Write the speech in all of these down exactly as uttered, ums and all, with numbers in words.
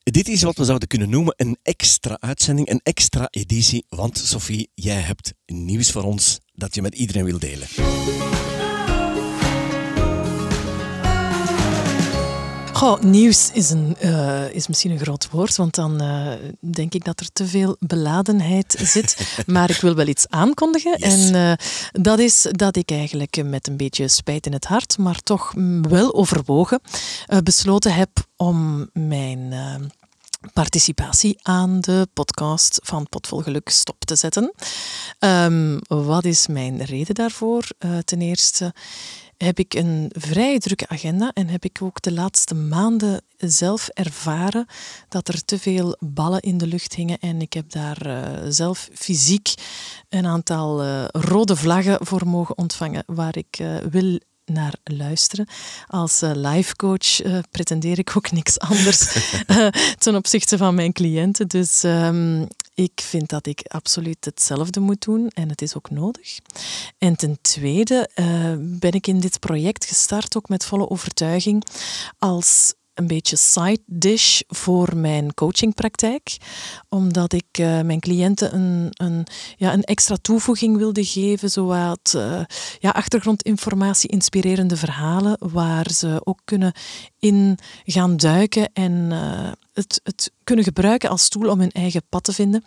Dit is wat we zouden kunnen noemen een extra uitzending, een extra editie. Want Sophie, jij hebt nieuws voor ons dat je met iedereen wil delen. Goh, nieuws is, een, uh, is misschien een groot woord, want dan uh, denk ik dat er te veel beladenheid zit. Maar ik wil wel iets aankondigen. Yes. En uh, dat is dat ik eigenlijk met een beetje spijt in het hart, maar toch wel overwogen, uh, besloten heb om mijn... Uh, participatie aan de podcast van Potvol Geluk stop te zetten. Um, wat is mijn reden daarvoor? Uh, ten eerste heb ik een vrij drukke agenda en heb ik ook de laatste maanden zelf ervaren dat er te veel ballen in de lucht hingen en ik heb daar uh, zelf fysiek een aantal uh, rode vlaggen voor mogen ontvangen waar ik uh, wil naar luisteren. Als uh, life coach uh, pretendeer ik ook niks anders uh, ten opzichte van mijn cliënten. Dus um, ik vind dat ik absoluut hetzelfde moet doen en het is ook nodig. En ten tweede uh, ben ik in dit project gestart ook met volle overtuiging als een beetje side dish voor mijn coachingpraktijk. Omdat ik uh, mijn cliënten een, een, ja, een extra toevoeging wilde geven. Zowat uh, ja, achtergrondinformatie, inspirerende verhalen. Waar ze ook kunnen in gaan duiken. En uh, het, het kunnen gebruiken als tool om hun eigen pad te vinden.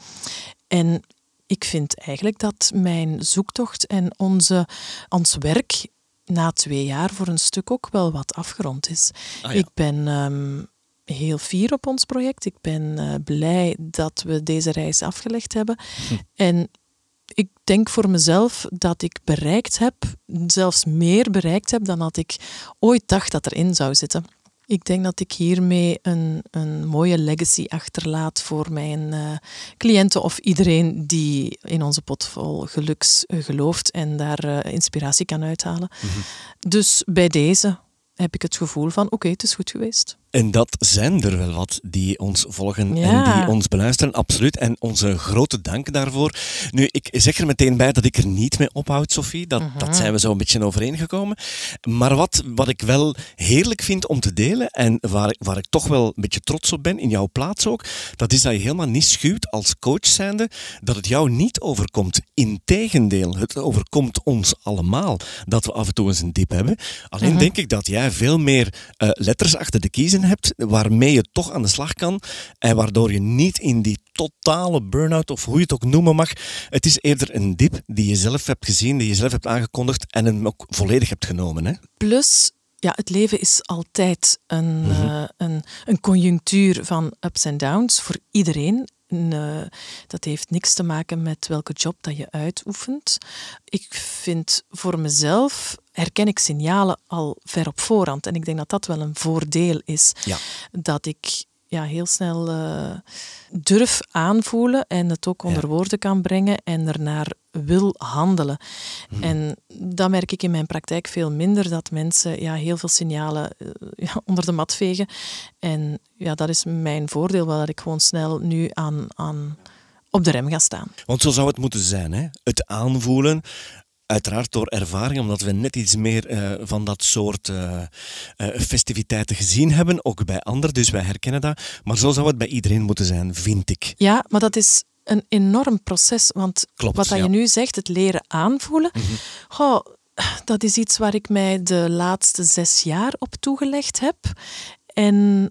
En ik vind eigenlijk dat mijn zoektocht en onze, ons werk na twee jaar voor een stuk ook wel wat afgerond is. Ah, ja. Ik ben um, heel fier op ons project. Ik ben uh, blij dat we deze reis afgelegd hebben. Hm. En ik denk voor mezelf dat ik bereikt heb, zelfs meer bereikt heb dan dat ik ooit dacht dat erin zou zitten. Ik denk dat ik hiermee een, een mooie legacy achterlaat voor mijn uh, cliënten of iedereen die in onze Potvol Geluks uh, gelooft en daar uh, inspiratie kan uithalen. Mm-hmm. Dus bij deze heb ik het gevoel van oké, okay, het is goed geweest. En dat zijn er wel wat die ons volgen ja. en die ons beluisteren, absoluut. En onze grote dank daarvoor. Nu, ik zeg er meteen bij dat ik er niet mee ophoud, Sophie. Dat, uh-huh. dat zijn we zo een beetje overeengekomen. Maar wat, wat ik wel heerlijk vind om te delen, en waar, waar ik toch wel een beetje trots op ben, in jouw plaats ook, dat is dat je helemaal niet schuwt als coach zijnde, dat het jou niet overkomt. Integendeel, het overkomt ons allemaal dat we af en toe eens een dip hebben. Alleen uh-huh. denk ik dat jij veel meer uh, letters achter de kiezen hebt, waarmee je toch aan de slag kan en waardoor je niet in die totale burn-out, of hoe je het ook noemen mag, het is eerder een dip die je zelf hebt gezien, die je zelf hebt aangekondigd en hem ook volledig hebt genomen. Hè? Plus, ja, het leven is altijd een, mm-hmm. uh, een, een conjunctuur van ups en downs voor iedereen. Uh, dat heeft niks te maken met welke job dat je uitoefent. Ik vind voor mezelf, herken ik signalen al ver op voorhand. En ik denk dat dat wel een voordeel is. Ja. Dat ik ja, heel snel uh, durf aanvoelen en het ook onder ja. woorden kan brengen en ernaar wil handelen. Hmm. En dat merk ik in mijn praktijk veel minder, dat mensen ja, heel veel signalen uh, ja, onder de mat vegen. En ja, dat is mijn voordeel, wel dat ik gewoon snel nu aan, aan op de rem ga staan. Want zo zou het moeten zijn, hè? Het aanvoelen. Uiteraard door ervaring, omdat we net iets meer uh, van dat soort uh, uh, festiviteiten gezien hebben, ook bij anderen, dus wij herkennen dat. Maar zo zou het bij iedereen moeten zijn, vind ik. Ja, maar dat is een enorm proces, want Klopt, wat dat ja. je nu zegt, het leren aanvoelen, mm-hmm. goh, dat is iets waar ik mij de laatste zes jaar op toegelegd heb. En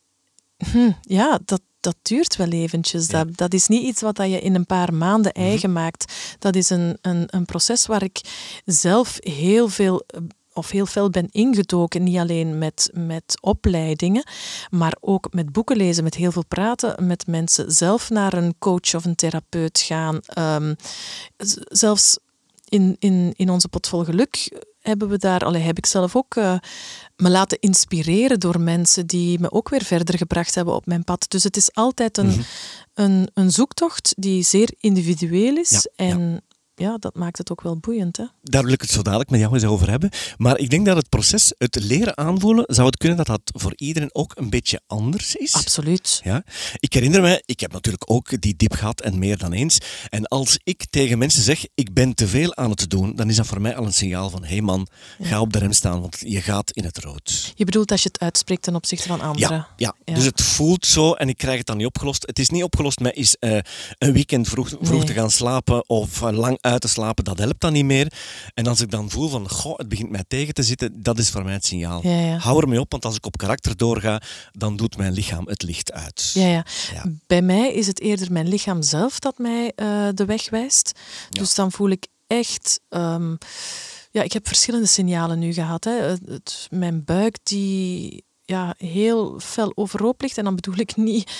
hm, ja, dat dat duurt wel eventjes. Ja. Dat, dat is niet iets wat je in een paar maanden eigen mm-hmm. maakt. Dat is een, een, een proces waar ik zelf heel veel of heel veel ben ingedoken. Niet alleen met, met opleidingen, maar ook met boeken lezen, met heel veel praten, met mensen zelf naar een coach of een therapeut gaan. Um, z- zelfs in, in, in onze Potvol Geluk hebben we daar, allee, heb ik zelf ook uh, me laten inspireren door mensen die me ook weer verder gebracht hebben op mijn pad. Dus het is altijd een, mm-hmm. een, een zoektocht die zeer individueel is. Ja, en ja. ja, dat maakt het ook wel boeiend. Hè? Daar wil ik het zo dadelijk met jou eens over hebben. Maar ik denk dat het proces, het leren aanvoelen, zou het kunnen dat dat voor iedereen ook een beetje anders is. Absoluut. Ja? Ik herinner me, ik heb natuurlijk ook die dip gehad en meer dan eens. En als ik tegen mensen zeg, ik ben te veel aan het doen, dan is dat voor mij al een signaal van, hé hey man, ga ja. op de rem staan, want je gaat in het rood. Je bedoelt als je het uitspreekt ten opzichte van anderen? Ja, ja. ja. Dus het voelt zo en ik krijg het dan niet opgelost. Het is niet opgelost met is, uh, een weekend vroeg, vroeg nee. te gaan slapen of uh, lang uit te slapen, dat helpt dan niet meer. En als ik dan voel van, goh, het begint mij tegen te zitten, dat is voor mij het signaal. Ja, ja. Hou ermee op, want als ik op karakter doorga, dan doet mijn lichaam het licht uit. Ja, ja. Ja. Bij mij is het eerder mijn lichaam zelf dat mij uh, de weg wijst. Ja. Dus dan voel ik echt... Um, ja, ik heb verschillende signalen nu gehad. Hè. Het, het, mijn buik die ja, heel fel overhoop ligt. En dan bedoel ik niet...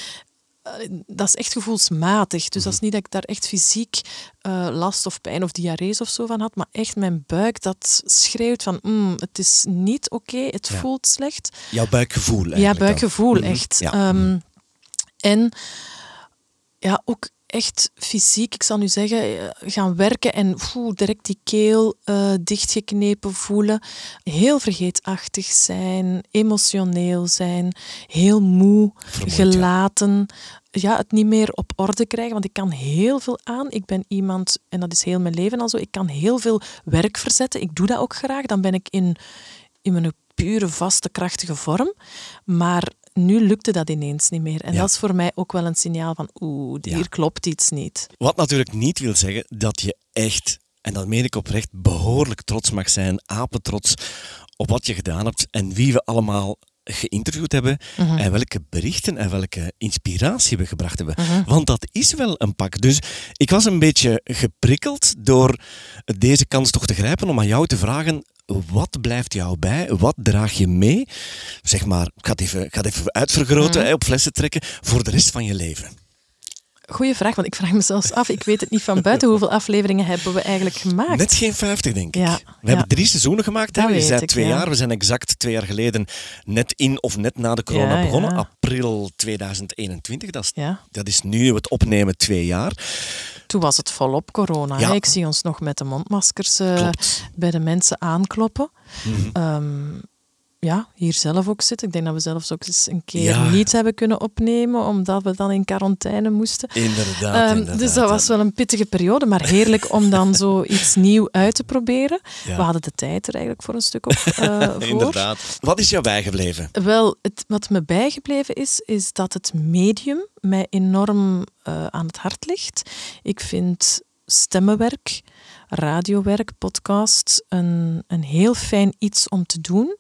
Dat is echt gevoelsmatig. Dus mm-hmm. dat is niet dat ik daar echt fysiek uh, last of pijn of diarrees of zo van had, maar echt mijn buik dat schreeuwt van mm, het is niet oké, okay, het ja. voelt slecht. Jouw buikgevoel eigenlijk. Ja, buikgevoel, mm-hmm. echt. Ja. Um, en ja, ook echt fysiek, ik zal nu zeggen, gaan werken en oeh, direct die keel uh, dichtgeknepen voelen. Heel vergeetachtig zijn, emotioneel zijn, heel moe, Vermoed, gelaten. Ja. ja, het niet meer op orde krijgen, want ik kan heel veel aan. Ik ben iemand, en dat is heel mijn leven al zo, ik kan heel veel werk verzetten. Ik doe dat ook graag. Dan ben ik in, in mijn pure, vaste, krachtige vorm. Maar nu lukte dat ineens niet meer. En ja. dat is voor mij ook wel een signaal van oeh, hier ja. klopt iets niet. Wat natuurlijk niet wil zeggen dat je echt, en dat meen ik oprecht, behoorlijk trots mag zijn, apetrots op wat je gedaan hebt en wie we allemaal geïnterviewd hebben mm-hmm. en welke berichten en welke inspiratie we gebracht hebben. Mm-hmm. Want dat is wel een pak. Dus ik was een beetje geprikkeld door deze kans toch te grijpen om aan jou te vragen, wat blijft jou bij? Wat draag je mee? Zeg maar, ik ga het even, ik ga het even uitvergroten, mm. hè, op flessen trekken, voor de rest van je leven. Goeie vraag, want ik vraag me zelfs af, ik weet het niet van buiten, hoeveel afleveringen hebben we eigenlijk gemaakt? Net geen vijftig, denk ik. Ja, we ja. hebben drie seizoenen gemaakt. Hè. Je zei ik, twee ja. jaar. We zijn exact twee jaar geleden net in of net na de corona ja, begonnen. Ja. April tweeduizend eenentwintig. Dat is, ja. dat is nu het opnemen twee jaar. Toen was het volop corona. Ja. Ik zie ons nog met de mondmaskers uh, bij de mensen aankloppen. Mm-hmm. Um, ja, hier zelf ook zitten. Ik denk dat we zelfs ook eens een keer ja. niet hebben kunnen opnemen, omdat we dan in quarantaine moesten. Inderdaad, um, inderdaad. Dus dat was wel een pittige periode, maar heerlijk om dan zo iets nieuw uit te proberen. Ja. We hadden de tijd er eigenlijk voor een stuk op uh, voor. Inderdaad. Wat is jou bijgebleven? Wel, het, wat me bijgebleven is, is dat het medium mij enorm uh, aan het hart ligt. Ik vind stemmenwerk, radiowerk, podcast een, een heel fijn iets om te doen.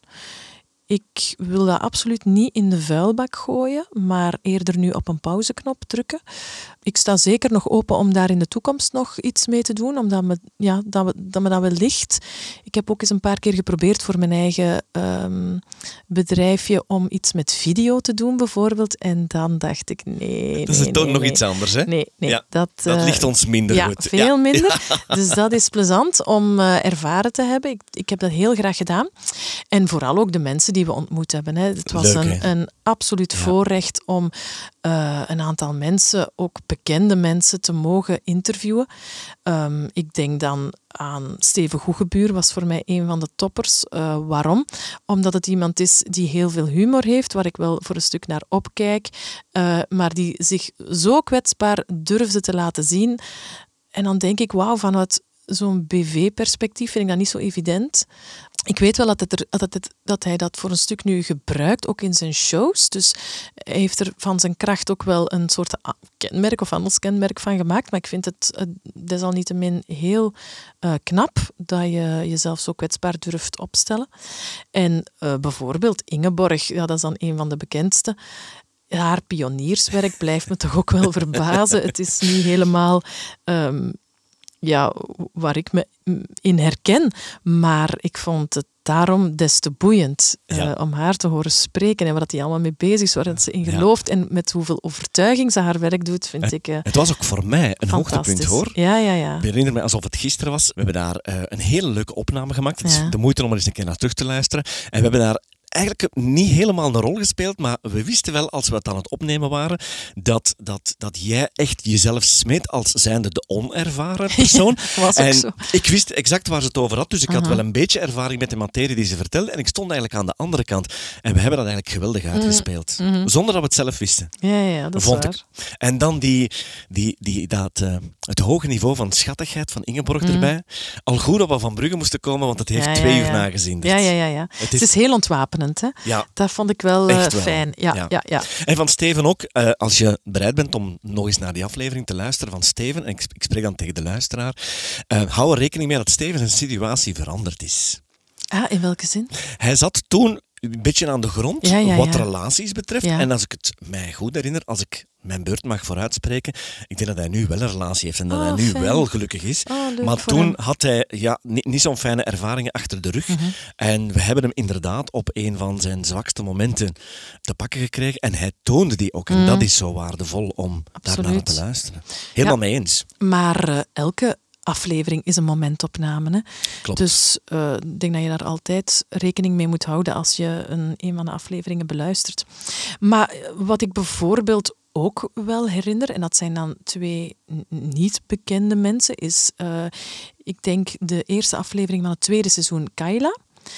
Ik wil dat absoluut niet in de vuilbak gooien, maar eerder nu op een pauzeknop drukken. Ik sta zeker nog open om daar in de toekomst nog iets mee te doen, omdat me, ja, dat, me, dat me dat wel ligt. Ik heb ook eens een paar keer geprobeerd voor mijn eigen um, bedrijfje om iets met video te doen, bijvoorbeeld. En dan dacht ik, nee, Dat is nee, toch nee, nog nee. iets anders, hè? Nee, nee. Ja, dat, uh, dat ligt ons minder ja, goed. Veel ja. minder. Ja. Dus dat is plezant om uh, ervaren te hebben. Ik, ik heb dat heel graag gedaan. En vooral ook de mensen die we ontmoet hebben. Hè. Het was Leuk, een, een absoluut ja. voorrecht om uh, een aantal mensen, ook bekende mensen, te mogen interviewen. Um, ik denk dan aan Steven Goegebuur, was voor mij een van de toppers. Uh, waarom? Omdat het iemand is die heel veel humor heeft, waar ik wel voor een stuk naar opkijk, uh, maar die zich zo kwetsbaar durfde te laten zien. En dan denk ik, wauw, vanuit zo'n B V-perspectief vind ik dat niet zo evident. Ik weet wel dat, het er, dat, het, dat hij dat voor een stuk nu gebruikt, ook in zijn shows. Dus hij heeft er van zijn kracht ook wel een soort kenmerk of handelskenmerk van gemaakt. Maar ik vind het uh, desalniettemin heel uh, knap dat je jezelf zo kwetsbaar durft opstellen. En uh, bijvoorbeeld Ingeborg, ja, dat is dan een van de bekendste. Haar pionierswerk blijft me toch ook wel verbazen. Het is niet helemaal... Um, Ja, waar ik me in herken. Maar ik vond het daarom des te boeiend ja. uh, om haar te horen spreken en wat hij allemaal mee bezig is, waar ze in gelooft ja. en met hoeveel overtuiging ze haar werk doet, vind het, ik uh, Het was ook voor mij een hoogtepunt, hoor. Ja, ja, ja. Ik herinner me alsof het gisteren was. We hebben daar uh, een hele leuke opname gemaakt. Het is ja. de moeite om er eens een keer naar terug te luisteren. En we hebben daar eigenlijk niet helemaal een rol gespeeld, maar we wisten wel, als we het aan het opnemen waren, dat, dat, dat jij echt jezelf smeet als zijnde de onervaren persoon. Was ook en zo. ik wist exact waar ze het over had, dus ik had Uh-huh. wel een beetje ervaring met de materie die ze vertelde en ik stond eigenlijk aan de andere kant. En we hebben dat eigenlijk geweldig uitgespeeld. Mm-hmm. Zonder dat we het zelf wisten. Ja, ja, dat is Vond waar. ik. En dan die, die, die, dat, uh, het hoge niveau van schattigheid van Ingeborg mm. erbij. Al goed dat we van Brugge moesten komen, want het heeft Ja, twee ja, uur ja. nagezien. Ja, ja, ja. ja. Het Het is, is heel ontwapenend, hè? Ja. Dat vond ik wel, uh, Echt wel. fijn. Ja, Ja. ja. Ja, En van Steven ook, uh, als je bereid bent om nog eens naar die aflevering te luisteren van Steven, en ik, ik spreek dan tegen de luisteraar, uh, hou er rekening mee dat Steven zijn situatie veranderd is. Ah, in welke zin? Hij zat toen een beetje aan de grond, Ja, ja, wat ja. relaties betreft. Ja. En als ik het mij goed herinner, als ik mijn beurt mag vooruitspreken, ik denk dat hij nu wel een relatie heeft en dat Oh, hij nu fijn. wel gelukkig is. Oh, leuk maar voor toen hem. had hij ja, niet, niet zo'n fijne ervaringen achter de rug. Mm-hmm. En we hebben hem inderdaad op een van zijn zwakste momenten te pakken gekregen. En hij toonde die ook. En Mm. dat is zo waardevol om Absoluut. daarnaar te luisteren. Helemaal Ja. mee eens. Maar uh, elke aflevering is een momentopname. Hè? Klopt. Dus uh, ik denk dat je daar altijd rekening mee moet houden als je een, een van de afleveringen beluistert. Maar uh, wat ik bijvoorbeeld ook wel herinner, en dat zijn dan twee n- niet bekende mensen, is, uh, ik denk, de eerste aflevering van het tweede seizoen, Kayla.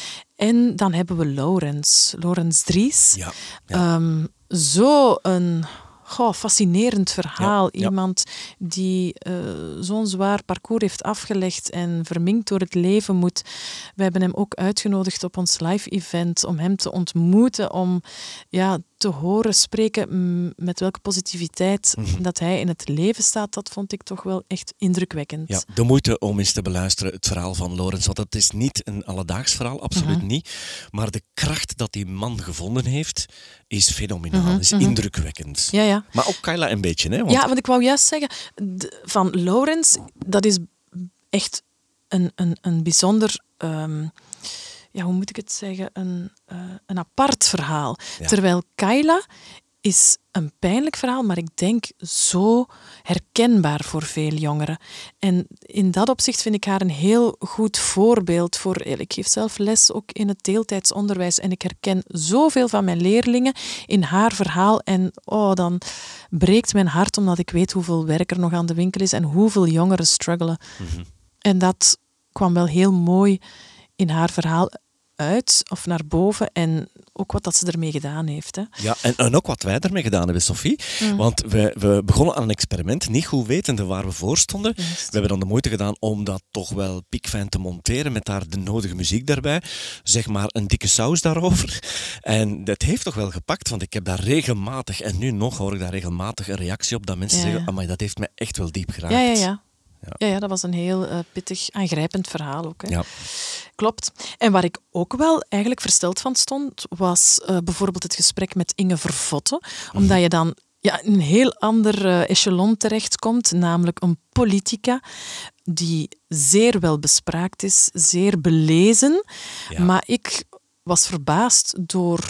En dan hebben we Laurens, Laurens Dries. Ja. ja. Um, zo een goh, fascinerend verhaal. Ja, ja. Iemand die uh, zo'n zwaar parcours heeft afgelegd en verminkt door het leven moet. We hebben hem ook uitgenodigd op ons live-event om hem te ontmoeten, om ja, te horen spreken met welke positiviteit mm-hmm. dat hij in het leven staat. Dat vond ik toch wel echt indrukwekkend. Ja, de moeite om eens te beluisteren, het verhaal van Laurens. Want het is niet een alledaags verhaal, absoluut mm-hmm. niet. Maar de kracht dat die man gevonden heeft, is fenomenaal, mm-hmm. is indrukwekkend. Ja, ja. Maar ook Kayla een beetje. Hè? Want... Ja, want ik wou juist zeggen, de, van Laurens, dat is echt een, een, een bijzonder... Um, ja, hoe moet ik het zeggen? Een, uh, een apart verhaal. Ja. Terwijl Kayla is een pijnlijk verhaal, maar ik denk zo herkenbaar voor veel jongeren. En in dat opzicht vind ik haar een heel goed voorbeeld voor... Ik geef zelf les ook in het deeltijdsonderwijs en ik herken zoveel van mijn leerlingen in haar verhaal. En oh, dan breekt mijn hart omdat ik weet hoeveel werk er nog aan de winkel is en hoeveel jongeren struggelen. Mm-hmm. En dat kwam wel heel mooi in haar verhaal uit of naar boven en ook wat dat ze ermee gedaan heeft. Hè. Ja, en, en ook wat wij ermee gedaan hebben, Sophie. Mm. Want we, we begonnen aan een experiment, niet goed wetende waar we voor stonden. Just. We hebben dan de moeite gedaan om dat toch wel piekfijn te monteren met daar de nodige muziek daarbij. Zeg maar een dikke saus daarover. En dat heeft toch wel gepakt, want ik heb daar regelmatig, en nu nog hoor ik daar regelmatig een reactie op, dat mensen ja, zeggen, amai, dat heeft mij echt wel diep geraakt. Ja, ja, ja. Ja. Ja, ja, dat was een heel uh, pittig, aangrijpend verhaal ook. Hè. Ja. Klopt. En waar ik ook wel eigenlijk versteld van stond, was uh, bijvoorbeeld het gesprek met Inge Vervotte. Mm-hmm. Omdat je dan ja, in een heel ander uh, echelon terechtkomt, namelijk een politica die zeer wel bespraakt is, zeer belezen. Ja. Maar ik was verbaasd door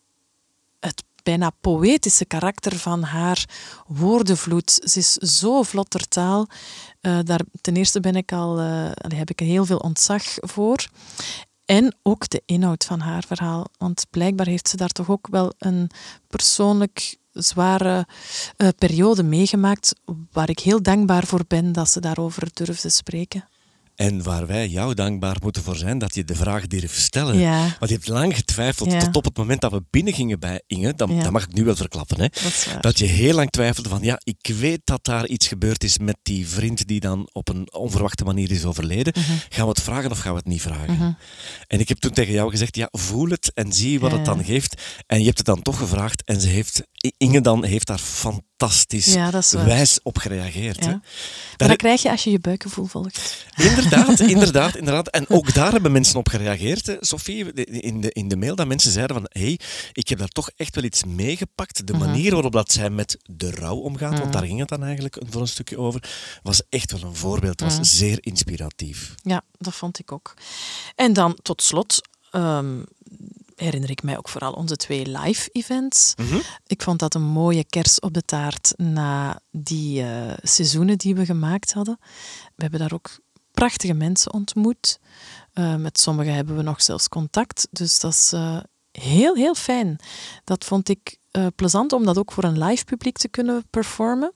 het bijna poëtische karakter van haar woordenvloed. Ze is zo vlot ter taal. Uh, daar, ten eerste ben ik al, uh, heb ik er heel veel ontzag voor. En ook de inhoud van haar verhaal. Want blijkbaar heeft ze daar toch ook wel een persoonlijk zware uh, periode meegemaakt, waar ik heel dankbaar voor ben dat ze daarover durfde spreken. En waar wij jou dankbaar moeten voor zijn, dat je de vraag durft stellen. Ja. Want je hebt lang getwijfeld, ja. tot op het moment dat we binnengingen bij Inge, dat, ja. dat mag ik nu wel verklappen, hè? Dat, dat je heel lang twijfelde van, ja, ik weet dat daar iets gebeurd is met die vriend die dan op een onverwachte manier is overleden. Uh-huh. Gaan we het vragen of gaan we het niet vragen? Uh-huh. En ik heb toen tegen jou gezegd, ja, voel het en zie wat ja. het dan geeft. En je hebt het dan toch gevraagd en ze heeft, Inge dan heeft daar fantastisch ja, wijs op gereageerd. Ja. Hè? Maar dat krijg je als je je buikgevoel volgt. Inderdaad, inderdaad, inderdaad. En ook daar hebben mensen op gereageerd, hè, Sophie, in de, in de mail, dat mensen zeiden van, hé, hey, ik heb daar toch echt wel iets meegepakt. De manier uh-huh. waarop dat zij met de rouw omgaat, uh-huh. want daar ging het dan eigenlijk voor een stukje over, was echt wel een voorbeeld. Het was uh-huh. zeer inspiratief. Ja, dat vond ik ook. En dan tot slot... Um, herinner ik mij ook vooral onze twee live-events. Mm-hmm. Ik vond dat een mooie kers op de taart na die uh, seizoenen die we gemaakt hadden. We hebben daar ook prachtige mensen ontmoet. Uh, met sommigen hebben we nog zelfs contact. Dus dat is uh, heel, heel fijn. Dat vond ik uh, plezant om dat ook voor een live publiek te kunnen performen.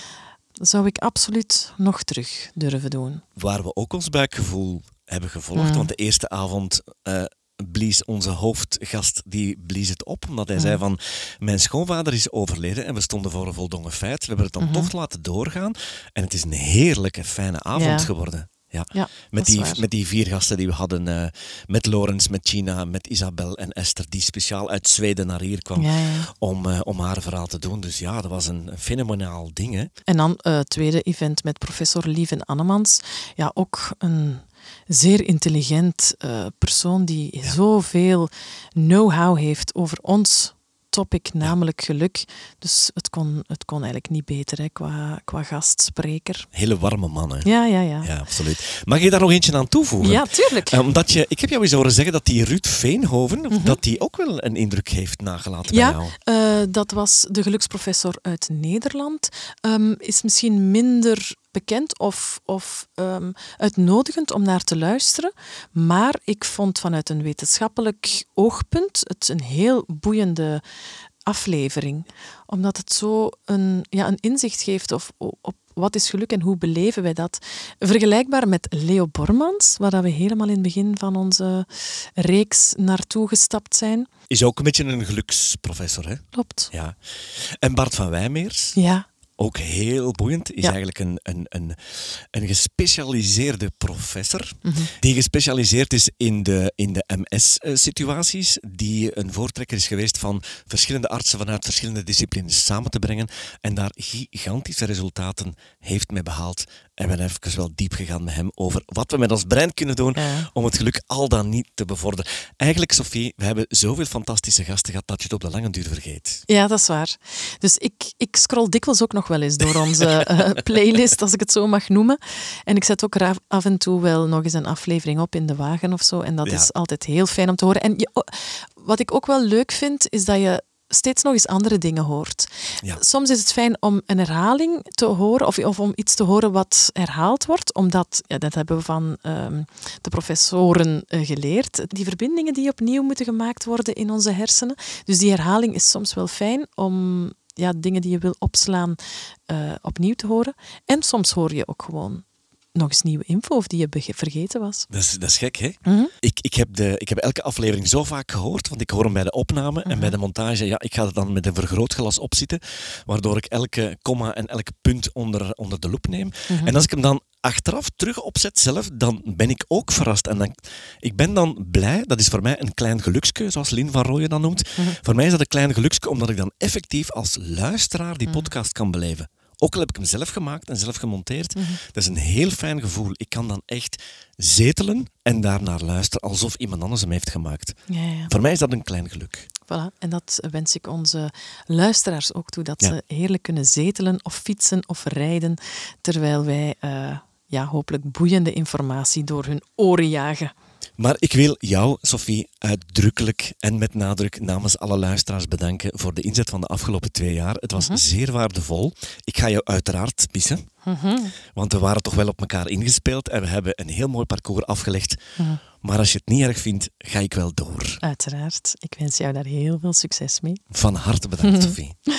Dat zou ik absoluut nog terug durven doen. Waar we ook ons buikgevoel hebben gevolgd, mm. want de eerste avond uh, blies onze hoofdgast die blies het op, omdat hij mm. zei van, mijn schoonvader is overleden en we stonden voor een voldongen feit. We hebben het dan mm-hmm. toch laten doorgaan en het is een heerlijke, fijne avond ja. geworden. Ja, ja met, die, met die vier gasten die we hadden, uh, met Lorenz, met Gina, met Isabel en Esther, die speciaal uit Zweden naar hier kwam ja, ja. Om, uh, om haar verhaal te doen. Dus ja, dat was een, een fenomenaal ding. Hè? En dan het uh, tweede event met professor Lieven Annemans. Ja, ook een zeer intelligent uh, persoon die ja. zoveel know-how heeft over ons topic, namelijk geluk. Dus het kon, het kon eigenlijk niet beter hè, qua, qua gastspreker. Hele warme man, hè? Ja, ja, ja. Ja, absoluut. Mag je daar nog eentje aan toevoegen? Ja, tuurlijk. Uh, omdat je, ik heb jou eens horen zeggen dat die Ruud Veenhoven, mm-hmm. dat die ook wel een indruk heeft nagelaten ja, bij jou. Uh, dat was de geluksprofessor uit Nederland. Um, is misschien minder bekend of, of um, uitnodigend om naar te luisteren. Maar ik vond vanuit een wetenschappelijk oogpunt het een heel boeiende aflevering. Omdat het zo een, ja, een inzicht geeft of, op wat is geluk en hoe beleven wij dat. Vergelijkbaar met Leo Bormans, waar we helemaal in het begin van onze reeks naartoe gestapt zijn. Is ook een beetje een geluksprofessor, hè? Klopt. Ja. En Bart van Wijmeers? Ja. Ook heel boeiend, is ja. eigenlijk een, een, een, een gespecialiseerde professor, mm-hmm. die gespecialiseerd is in de, in de M S-situaties, die een voortrekker is geweest van verschillende artsen vanuit verschillende disciplines samen te brengen en daar gigantische resultaten heeft mee behaald. En we zijn even wel diep gegaan met hem over wat we met ons brein kunnen doen ja. om het geluk al dan niet te bevorderen. Eigenlijk, Sophie, we hebben zoveel fantastische gasten gehad dat je het op de lange duur vergeet. Ja, dat is waar. Dus ik, ik scroll dikwijls ook nog wel eens door onze uh, playlist, als ik het zo mag noemen. En ik zet ook af en toe wel nog eens een aflevering op in de wagen of zo. En dat ja. is altijd heel fijn om te horen. En je, wat ik ook wel leuk vind, is dat je steeds nog eens andere dingen hoort. Ja. Soms is het fijn om een herhaling te horen of, of om iets te horen wat herhaald wordt, omdat, ja, dat hebben we van um, de professoren uh, geleerd, die verbindingen die opnieuw moeten gemaakt worden in onze hersenen. Dus die herhaling is soms wel fijn om ja, dingen die je wil opslaan uh, opnieuw te horen. En soms hoor je ook gewoon nog eens nieuwe info of die je bege- vergeten was. Dat is, dat is gek, hè? Mm-hmm. Ik, ik, heb de, ik heb elke aflevering zo vaak gehoord, want ik hoor hem bij de opname mm-hmm. en bij de montage. Ja, ik ga er dan met een vergrootglas opzitten, waardoor ik elke komma en elke punt onder, onder de loep neem. Mm-hmm. En als ik hem dan achteraf terug opzet zelf, dan ben ik ook verrast. En dan, ik ben dan blij, dat is voor mij een klein geluksje, zoals Lien van Rooyen dan noemt. Mm-hmm. Voor mij is dat een klein geluksje, omdat ik dan effectief als luisteraar die mm-hmm. podcast kan beleven. Ook al heb ik hem zelf gemaakt en zelf gemonteerd. Mm-hmm. Dat is een heel fijn gevoel. Ik kan dan echt zetelen en daarnaar luisteren alsof iemand anders hem heeft gemaakt. Ja, ja. Voor mij is dat een klein geluk. Voilà. En dat wens ik onze luisteraars ook toe. Dat ja. ze heerlijk kunnen zetelen of fietsen of rijden, terwijl wij uh, ja, hopelijk boeiende informatie door hun oren jagen. Maar ik wil jou, Sophie, uitdrukkelijk en met nadruk namens alle luisteraars bedanken voor de inzet van de afgelopen twee jaar. Het was mm-hmm. zeer waardevol. Ik ga jou uiteraard missen, mm-hmm. want we waren toch wel op elkaar ingespeeld en we hebben een heel mooi parcours afgelegd. Mm-hmm. Maar als je het niet erg vindt, ga ik wel door. Uiteraard. Ik wens jou daar heel veel succes mee. Van harte bedankt, Sophie.